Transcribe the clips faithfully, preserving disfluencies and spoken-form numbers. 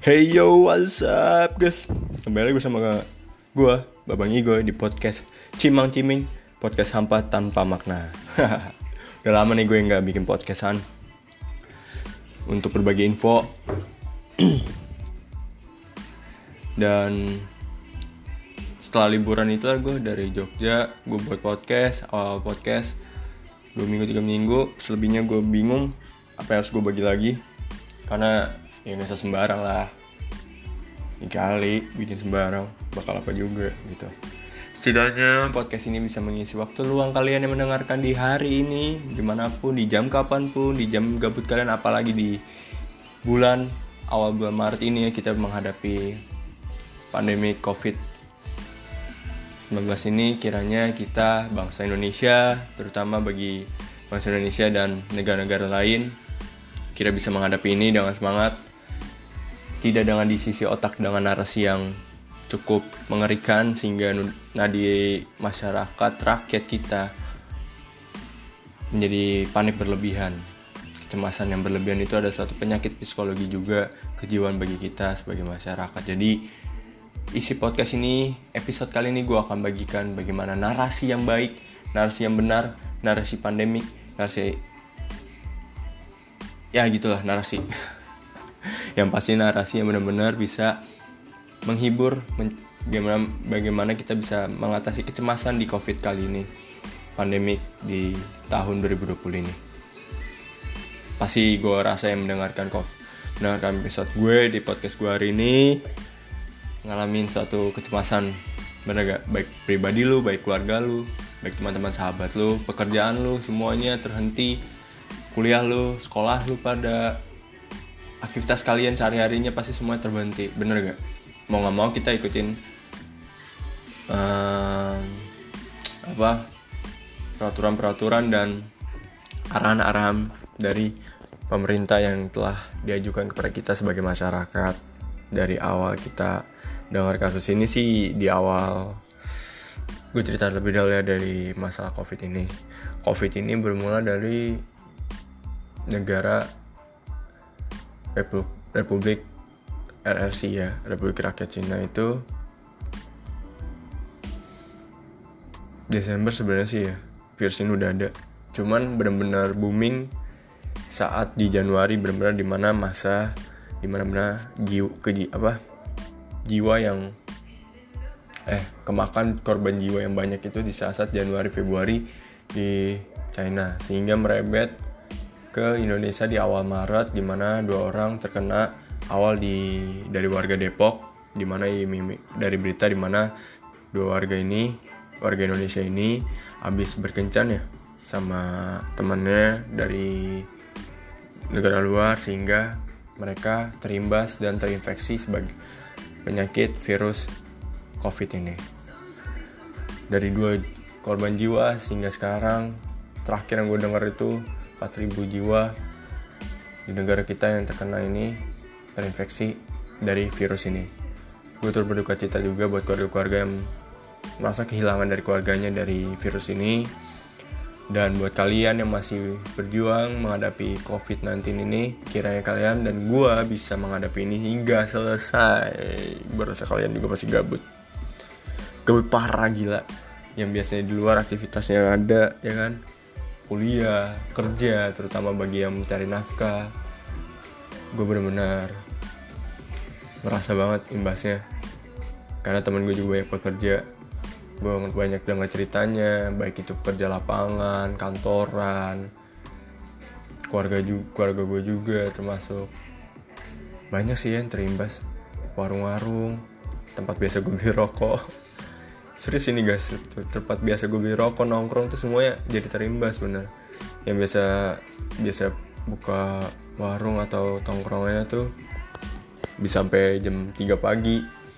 Hey yo, what's up guys? Kembali lagi bersama gue, Babang Igo di podcast Cimang Ciming, podcast hampa tanpa makna. Udah lama nih gue gak bikin podcastan untuk berbagi info. Dan setelah liburan itu lah gue dari Jogja, gue buat podcast, awal podcast dua minggu tiga minggu, selebihnya gue bingung apa yang harus gue bagi lagi. Karena ya gak usah sembarang lah, ini kali bikin sembarang bakal apa juga gitu. Setidaknya podcast ini bisa mengisi waktu luang kalian yang mendengarkan di hari ini, dimanapun, di jam kapanpun, di jam gabut kalian. Apalagi di bulan, awal bulan Maret ini ya, kita menghadapi pandemi covid sembilan belas ini. Kiranya kita bangsa Indonesia, terutama bagi bangsa Indonesia dan negara-negara lain, kira bisa menghadapi ini dengan semangat, tidak dengan di sisi otak dengan narasi yang cukup mengerikan sehingga nadi masyarakat, rakyat kita menjadi panik berlebihan. Kecemasan yang berlebihan itu ada suatu penyakit psikologi juga, kejiwaan bagi kita sebagai masyarakat. Jadi isi podcast ini, episode kali ini gue akan bagikan bagaimana narasi yang baik, narasi yang benar, narasi pandemik, narasi ya gitulah narasi. Yang pasti narasi yang benar-benar bisa menghibur, men- bagaimana, bagaimana kita bisa mengatasi kecemasan di COVID kali ini, pandemik di tahun dua ribu dua puluh ini. Pasti gue rasa yang mendengarkan COVID, mendengarkan episode gue di podcast gue hari ini ngalamin suatu kecemasan, bener gak? Baik pribadi lu, baik keluarga lu, baik teman-teman sahabat lu, pekerjaan lu, semuanya terhenti, kuliah lu, sekolah lu, pada aktivitas kalian sehari-harinya pasti semua terhenti, bener gak? Mau gak mau kita ikutin um, apa peraturan-peraturan dan arahan-arahan dari pemerintah yang telah diajukan kepada kita sebagai masyarakat. Dari awal kita dengar kasus ini sih, di awal gue cerita lebih dahulu ya dari masalah covid ini. Covid ini bermula dari negara Republik R R C ya, Republik Rakyat Cina itu Desember sebenarnya sih ya, virus ini udah ada. Cuman benar-benar booming saat di Januari, benar-benar di mana masa di mana-mana jiwa ke apa jiwa yang eh kemakan korban jiwa yang banyak itu di saat-saat Januari Februari di China, sehingga merebet ke Indonesia di awal Maret, di mana dua orang terkena awal di dari warga Depok, di mana dari berita di mana dua warga ini, warga Indonesia ini habis berkencan ya sama temannya dari negara luar, sehingga mereka terimbas dan terinfeksi sebagai penyakit virus COVID ini. Dari dua korban jiwa sehingga sekarang terakhir yang gue dengar itu empat ribu jiwa di negara kita yang terkena ini, terinfeksi dari virus ini. Gue turut berduka cita juga buat keluarga-keluarga yang merasa kehilangan dari keluarganya dari virus ini. Dan buat kalian yang masih berjuang menghadapi covid sembilan belas ini, kiranya kalian dan gue bisa menghadapi ini hingga selesai. Gue rasa kalian juga masih gabut Gabut parah gila, yang biasanya di luar aktivitasnya ada ya kan, kuliah, kerja, terutama bagi yang mencari nafkah. Gue benar-benar merasa banget imbasnya, karena temen gue juga banyak bekerja. Gue banyak dengar ceritanya, baik itu pekerja lapangan, kantoran, keluarga juga, keluarga gue juga termasuk. Banyak sih yang terimbas, warung-warung, tempat biasa gue beli rokok. Serius ini guys, tempat biasa gue beli rokok, nongkrong tuh semuanya jadi terimbas bener. Yang biasa biasa buka warung atau tongkrongannya tuh bisa sampai jam tiga pagi.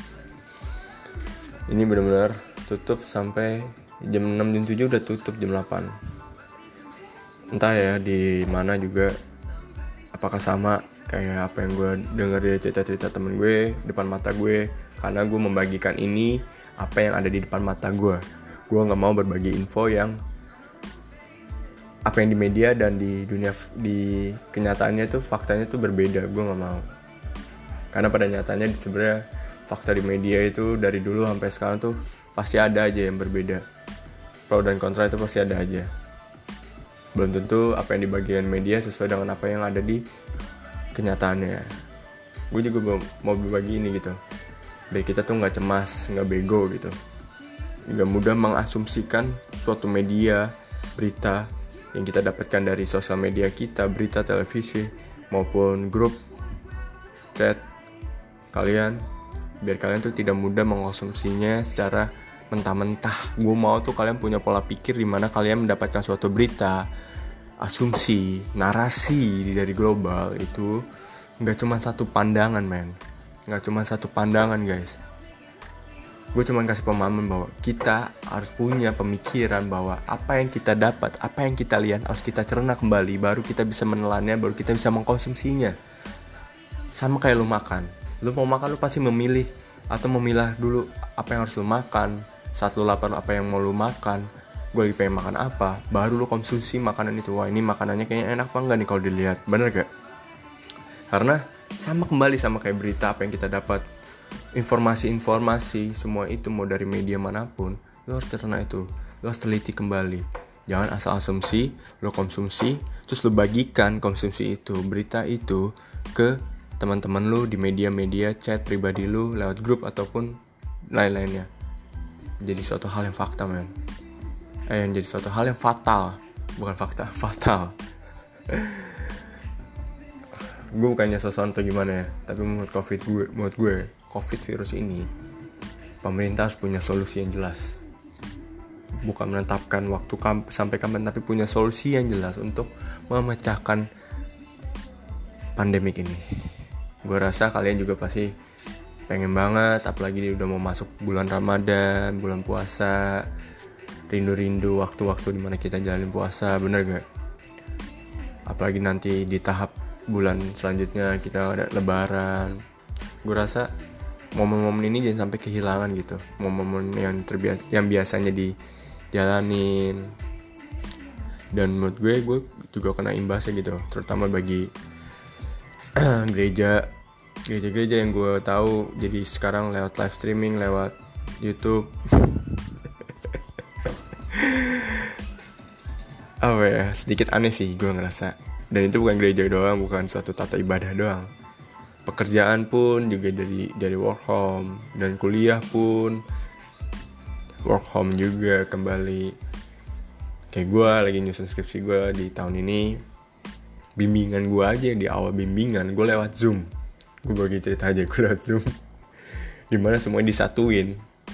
Ini benar-benar tutup sampai jam enam, jam tujuh udah tutup, jam delapan. Entah ya di mana juga, apakah sama kayak apa yang gue dengar dari cerita-cerita temen gue depan mata gue. Karena gue membagikan ini apa yang ada di depan mata gue. Gue gak mau berbagi info yang apa yang di media dan di dunia, di kenyataannya tuh faktanya tuh berbeda. Gue gak mau. Karena pada nyatanya sebenarnya fakta di media itu dari dulu sampai sekarang tuh pasti ada aja yang berbeda. Pro dan kontra itu pasti ada aja. Belum tentu apa yang dibagikan media sesuai dengan apa yang ada di kenyataannya. Gue juga mau berbagi ini gitu, biar kita tuh gak cemas, gak bego gitu, gak mudah mengasumsikan suatu media, berita yang kita dapatkan dari sosial media kita, berita, televisi, maupun grup chat kalian, biar kalian tuh tidak mudah mengkonsumsinya secara mentah-mentah. Gue mau tuh kalian punya pola pikir di mana kalian mendapatkan suatu berita, asumsi, narasi dari global itu nggak cuma satu pandangan, men, nggak cuma satu pandangan, guys. Gue cuma kasih pemahaman bahwa kita harus punya pemikiran bahwa apa yang kita dapat, apa yang kita lihat harus kita cerna kembali, baru kita bisa menelannya, baru kita bisa mengkonsumsinya. Sama kayak lu makan, lu mau makan lu pasti memilih atau memilah dulu apa yang harus lu makan. Saat lu lapar apa yang mau lu makan, gue lagi pengen makan apa, baru lu konsumsi makanan itu. Wah, ini makanannya kayaknya enak apa enggak nih kalau dilihat, bener gak? Karena sama kembali sama kayak berita apa yang kita dapat, informasi-informasi semua itu mau dari media manapun, lu harus cerna itu, lu harus teliti kembali. Jangan asal asumsi, lu konsumsi, terus lu bagikan konsumsi itu, berita itu ke teman-teman lu di media-media chat pribadi lu lewat grup ataupun lain-lainnya. Jadi suatu hal yang fakta, men. Eh, yang jadi suatu hal yang fatal, bukan fakta, fatal. Gue bukannya sosokan atau gimana ya, tapi menurut covid gue, menurut gue, covid virus ini, pemerintah harus punya solusi yang jelas. Bukan menetapkan waktu kam- sampai kapan, tapi punya solusi yang jelas untuk memecahkan pandemik ini. Gue rasa kalian juga pasti pengen banget, apalagi dia udah mau masuk bulan Ramadan, bulan puasa, rindu-rindu waktu-waktu dimana kita jalanin puasa, bener gak? Apalagi nanti di tahap bulan selanjutnya kita ada lebaran. Gue rasa momen-momen ini jangan sampai kehilangan gitu, momen-momen yang terbiasa, yang biasanya dijalanin. Dan menurut gue, gue juga kena imbasnya gitu, terutama bagi gereja gereja-gereja yang gue tahu jadi sekarang lewat live streaming, lewat YouTube. Apa ya, sedikit aneh sih gue ngerasa. Dan itu bukan gereja doang, bukan suatu tata ibadah doang. Pekerjaan pun juga dari dari work home, dan kuliah pun work home juga kembali. Kayak gue lagi nyusun skripsi gue di tahun ini, bimbingan gue aja di awal bimbingan gue lewat Zoom. Gue bagi cerita aja, gue lewat Zoom, dimana semuanya disatuin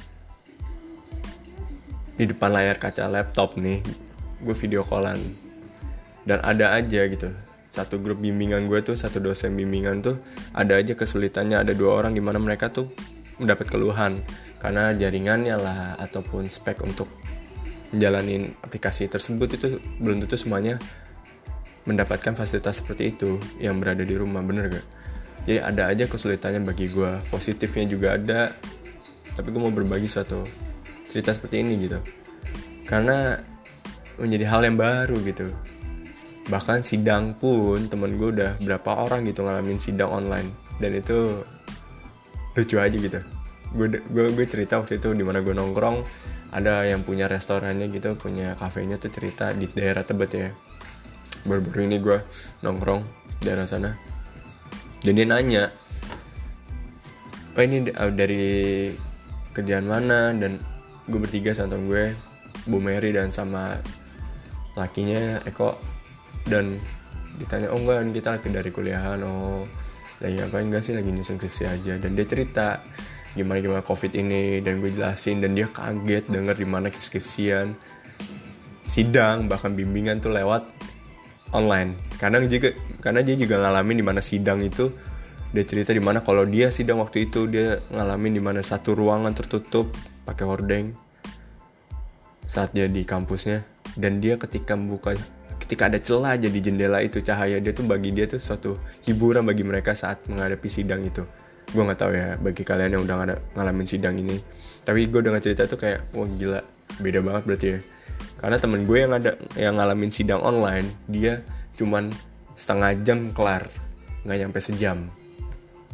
di depan layar kaca laptop nih. Gue video callan, dan ada aja gitu, satu grup bimbingan gue tuh, satu dosen bimbingan tuh ada aja kesulitannya. Ada dua orang dimana mereka tuh mendapat keluhan karena jaringannya lah ataupun spek untuk menjalanin aplikasi tersebut itu belum tentu semuanya mendapatkan fasilitas seperti itu yang berada di rumah, bener gak? Jadi ada aja kesulitannya bagi gue. Positifnya juga ada, tapi gue mau berbagi suatu cerita seperti ini gitu, karena menjadi hal yang baru gitu. Bahkan sidang pun temen gue udah berapa orang gitu ngalamin sidang online, dan itu lucu aja gitu. Gue gue gue cerita waktu itu di mana gue nongkrong, ada yang punya restorannya gitu, punya kafenya tuh, cerita di daerah Tebet ya. Baru-baru ini gue nongkrong daerah sana, dan dia nanya, oh ini dari kerjaan mana? Dan gue bertiga sama temen gue, Bu Mary dan sama lakinya Eko. Dan ditanya, oh enggak, kita lagi dari kuliahan. Oh lagi apa? Enggak sih, lagi nyusun skripsi aja. Dan dia cerita gimana-gimana covid ini, dan gue jelasin, dan dia kaget denger dimana skripsian, sidang, bahkan bimbingan tuh lewat online. Karena juga karena dia juga ngalamin di mana sidang itu, dia cerita di mana kalau dia sidang waktu itu dia ngalamin di mana satu ruangan tertutup pakai hordeng saat dia di kampusnya, dan dia ketika membuka, ketika ada celah aja di jendela itu, cahaya dia tuh bagi dia tuh suatu hiburan bagi mereka saat menghadapi sidang itu. Gue nggak tahu ya bagi kalian yang udah ngada, ngalamin sidang ini, tapi gue dengar cerita tuh kayak wah gila, beda banget berarti ya. Karena temen gue yang ada yang ngalamin sidang online, dia cuman setengah jam kelar, nggak nyampe sejam.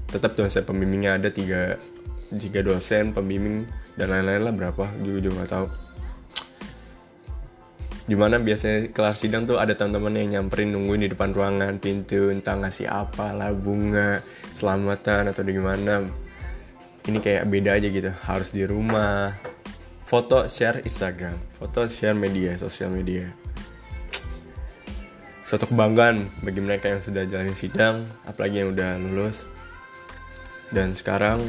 tetap dosen pembimbingnya ada tiga tiga dosen pembimbing dan lain-lain lah, berapa juga juga nggak tahu. Dimana biasanya kelar sidang tuh ada teman-teman yang nyamperin nungguin di depan ruangan pintu, entah ngasih apa lah, bunga selamatan atau di gimana. Ini kayak beda aja gitu, harus di rumah, foto share Instagram, foto share media sosial media. Suatu kebanggaan bagi mereka yang sudah jalani sidang, apalagi yang udah lulus. Dan sekarang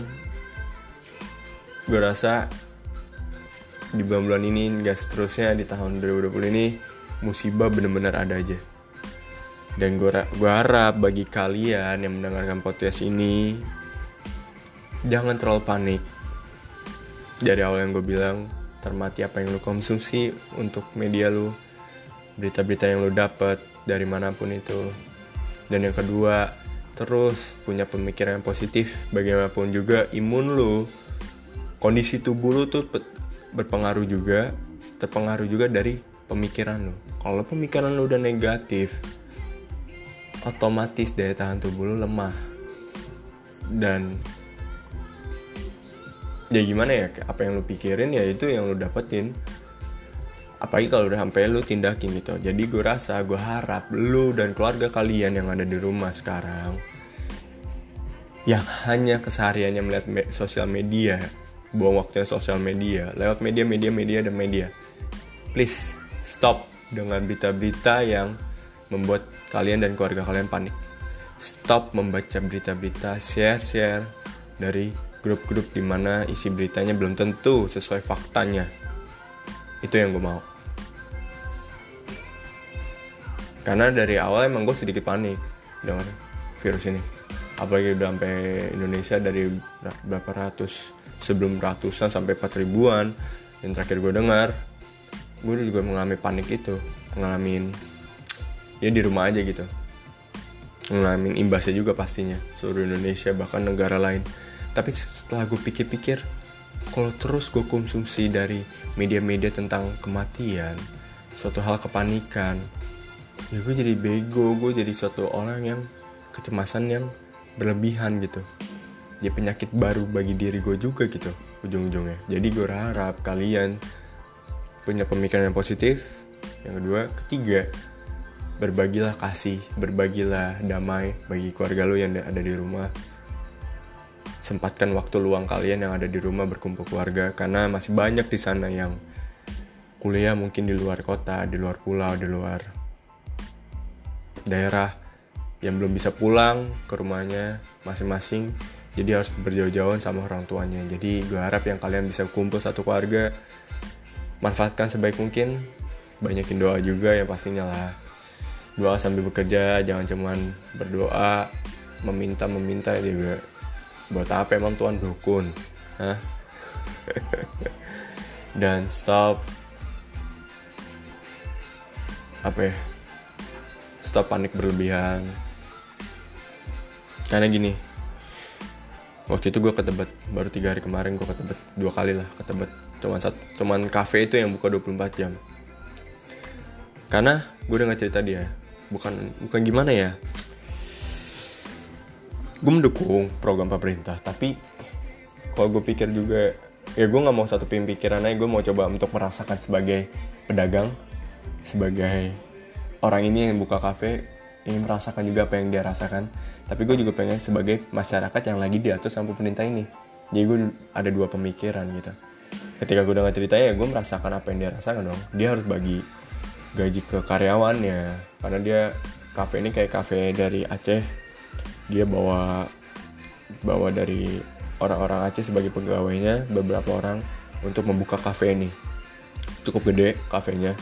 gue rasa di bulan-bulan ini hingga seterusnya di tahun dua ribu dua puluh ini musibah benar-benar ada aja. Dan gue gue harap bagi kalian yang mendengarkan podcast ini jangan terlalu panik. Dari awal yang gue bilang, termati apa yang lu konsumsi untuk media lu, berita-berita yang lu dapat dari manapun itu. Dan yang kedua, terus punya pemikiran yang positif. Bagaimanapun juga imun lu, kondisi tubuh lu tuh berpengaruh juga, terpengaruh juga dari pemikiran lu. Kalau pemikiran lu udah negatif, otomatis daya tahan tubuh lu lemah. Dan ya gimana ya, apa yang lu pikirin ya itu yang lu dapetin. Apalagi kalau udah sampai lu tindakin gitu. Jadi gue rasa, gue harap lu dan keluarga kalian yang ada di rumah sekarang, yang hanya kesehariannya melihat me- sosial media, buang waktunya sosial media, lewat media, media, media, dan media. Please, stop dengan berita-berita yang membuat kalian dan keluarga kalian panik. Stop membaca berita-berita, share-share dari grup-grup di mana isi beritanya belum tentu sesuai faktanya. Itu yang gue mau. Karena dari awal emang gue sedikit panik dengan virus ini. Apalagi udah sampai Indonesia dari berapa ratus, sebelum ratusan sampai empat ribuan. Yang terakhir gue dengar, gue juga mengalami panik itu, ngalamin ya di rumah aja gitu, ngalamin imbasnya juga pastinya seluruh Indonesia bahkan negara lain. Tapi setelah gue pikir-pikir, kalau terus gue konsumsi dari media-media tentang kematian, suatu hal kepanikan, ya gue jadi bego, gue jadi suatu orang yang kecemasan yang berlebihan gitu. Dia penyakit baru bagi diri gue juga gitu ujung-ujungnya. Jadi gue harap kalian punya pemikiran yang positif. Yang kedua, ketiga, berbagilah kasih, berbagilah damai bagi keluarga lo yang ada di rumah. Sempatkan waktu luang kalian yang ada di rumah berkumpul keluarga, karena masih banyak di sana yang kuliah mungkin di luar kota, di luar pulau, di luar daerah, yang belum bisa pulang ke rumahnya masing-masing. Jadi harus berjauh-jauhan sama orang tuanya. Jadi gue harap yang kalian bisa kumpul satu keluarga, manfaatkan sebaik mungkin. Banyakin doa juga yang pastinya lah. Doa sambil bekerja, jangan cuman berdoa, meminta-meminta juga. Buat apa emang Tuhan dukun? Hah? Dan stop apa ya? Stop panik berlebihan. Karena gini, waktu itu gue ke Tebet, baru tiga hari kemarin gue ke Tebet, dua kali lah ke Tebet. Cuman satu, cuman kafe itu yang buka dua puluh empat jam. Karena gue udah nggak cerita dia, bukan bukan gimana ya. Gue mendukung program pemerintah, tapi kalau gue pikir juga, ya gue nggak mau satu pikiran aja. Gue mau coba untuk merasakan sebagai pedagang, sebagai orang ini yang buka kafe, ingin merasakan juga apa yang dia rasakan. Tapi gue juga pengen sebagai masyarakat yang lagi diatur sama pemerintah ini. Jadi gue ada dua pemikiran gitu. Ketika gue udah cerita ya gue merasakan apa yang dia rasakan dong. Dia harus bagi gaji ke karyawannya, karena dia kafe ini kayak kafe dari Aceh. Dia bawa bawa dari orang-orang Aceh sebagai pegawainya, beberapa orang, untuk membuka kafe ini. Cukup gede kafenya.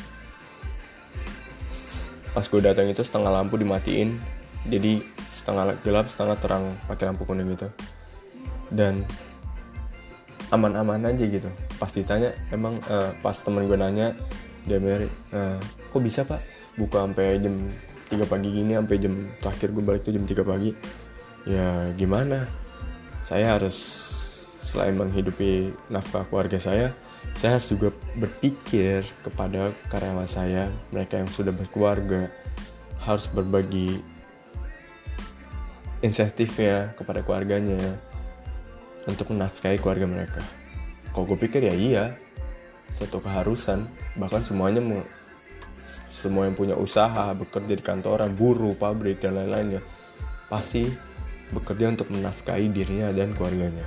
Pas gue datang itu setengah lampu dimatiin, jadi setengah gelap setengah terang pakai lampu kuning gitu. Dan aman-aman aja gitu. Pas ditanya, emang uh, pas temen gue nanya, dia bilang, uh, kok bisa pak buka sampai jam tiga pagi gini, sampai jam terakhir gue balik tuh jam tiga pagi. Ya gimana, saya harus selain menghidupi nafkah keluarga saya, saya harus juga berpikir kepada karyawan saya, mereka yang sudah berkeluarga, harus berbagi insentifnya kepada keluarganya untuk menafkahi keluarga mereka. Kalau gue pikir ya iya, suatu keharusan. Bahkan semuanya mau, semua yang punya usaha, bekerja di kantoran, buruh, pabrik dan lain-lainnya pasti bekerja untuk menafkahi dirinya dan keluarganya.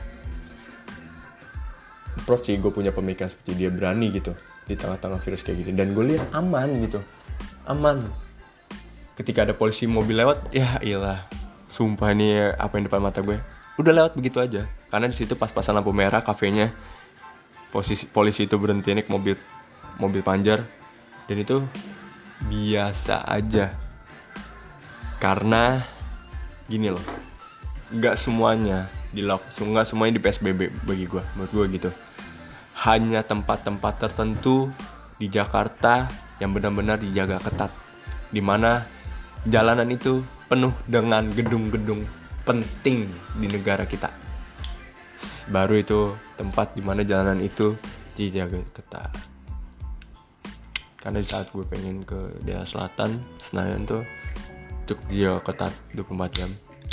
Approach sih, gue punya pemikiran seperti dia, berani gitu di tengah-tengah virus kayak gini. Dan gue lihat aman gitu, aman. Ketika ada polisi mobil lewat, ya iyalah, sumpah nih apa yang depan mata gue, udah lewat begitu aja. Karena di situ pas-pasan lampu merah kafenya, posisi polisi itu berhenti naik mobil mobil Panjar, dan itu biasa aja. Karena gini loh, nggak semuanya di lock, nggak semuanya di P S B B bagi gue, menurut gue gitu. Hanya tempat-tempat tertentu di Jakarta yang benar-benar dijaga ketat, di mana jalanan itu penuh dengan gedung-gedung penting di negara kita. Baru itu tempat di mana jalanan itu dijaga ketat. Karena di saat gue pengen ke daerah selatan, Senayan tuh cukup dijaga ketat dua puluh empat jam.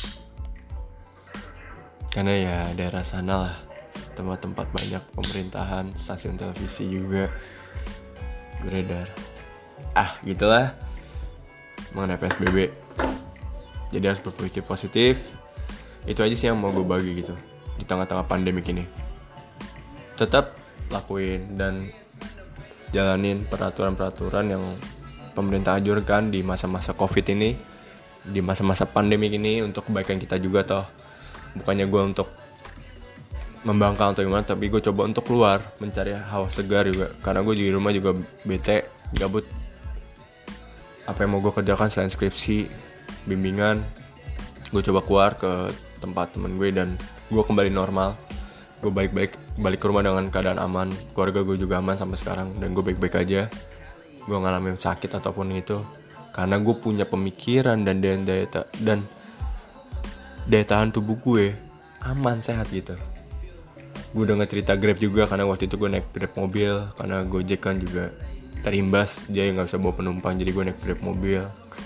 Karena ya daerah sana lah tempat-tempat banyak pemerintahan, stasiun televisi juga beredar. Ah gitulah mengenai P S B B. Jadi harus berpikir positif. Itu aja sih yang mau gue bagi gitu di tengah-tengah pandemi ini. Tetap lakuin dan jalanin peraturan-peraturan yang pemerintah anjurkan di masa-masa Covid ini, di masa-masa pandemi ini, untuk kebaikan kita juga toh. Bukannya gue untuk membangkang atau gimana, tapi gue coba untuk keluar mencari hawa segar juga. Karena gue di rumah juga bete, gabut. Apa yang mau gue kerjakan selain skripsi, bimbingan, gue coba keluar ke tempat temen gue dan gue kembali normal. Gue balik-balik balik ke rumah dengan keadaan aman, keluarga gue juga aman sampai sekarang, dan gue baik-baik aja. Gue ngalamin sakit ataupun itu karena gue punya pemikiran dan daya, daya dan daya tahan tubuh gue aman, sehat gitu. Gue udah nge-cerita Grab juga karena waktu itu gue naik Grab mobil karena Gojek kan juga terimbas, dia nggak bisa bawa penumpang, jadi gue naik Grab mobil.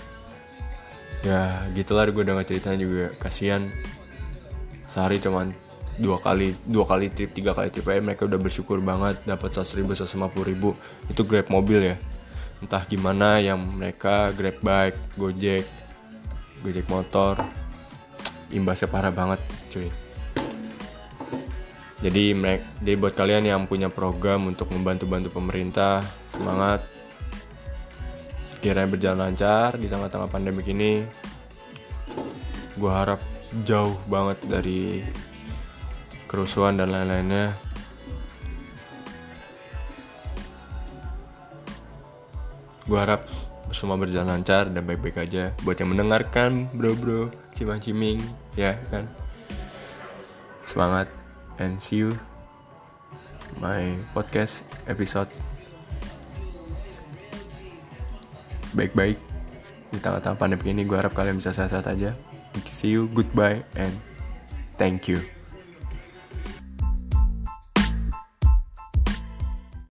Ya gitulah, gue udah nge-ceritanya juga, kasihan sehari cuman dua kali dua kali trip, tiga kali trip aja mereka udah bersyukur banget dapat seratus ribu, seratus lima puluh ribu. Itu Grab mobil ya, entah gimana yang mereka Grab bike, Gojek, Gojek motor, imbasnya parah banget cuy. Jadi mereka, jadi buat kalian yang punya program untuk membantu-bantu pemerintah, semangat, kiranya berjalan lancar di tengah-tengah pandemi ini. Gue harap jauh banget dari kerusuhan dan lain-lainnya. Gue harap semua berjalan lancar dan baik-baik aja. Buat yang mendengarkan, bro-bro, cimang-ciming, ya kan. Semangat, and see you my podcast episode. Baik-baik di tengah-tengah pandemi ini. Gue harap kalian bisa sehat-sehat aja. See you, goodbye, and thank you.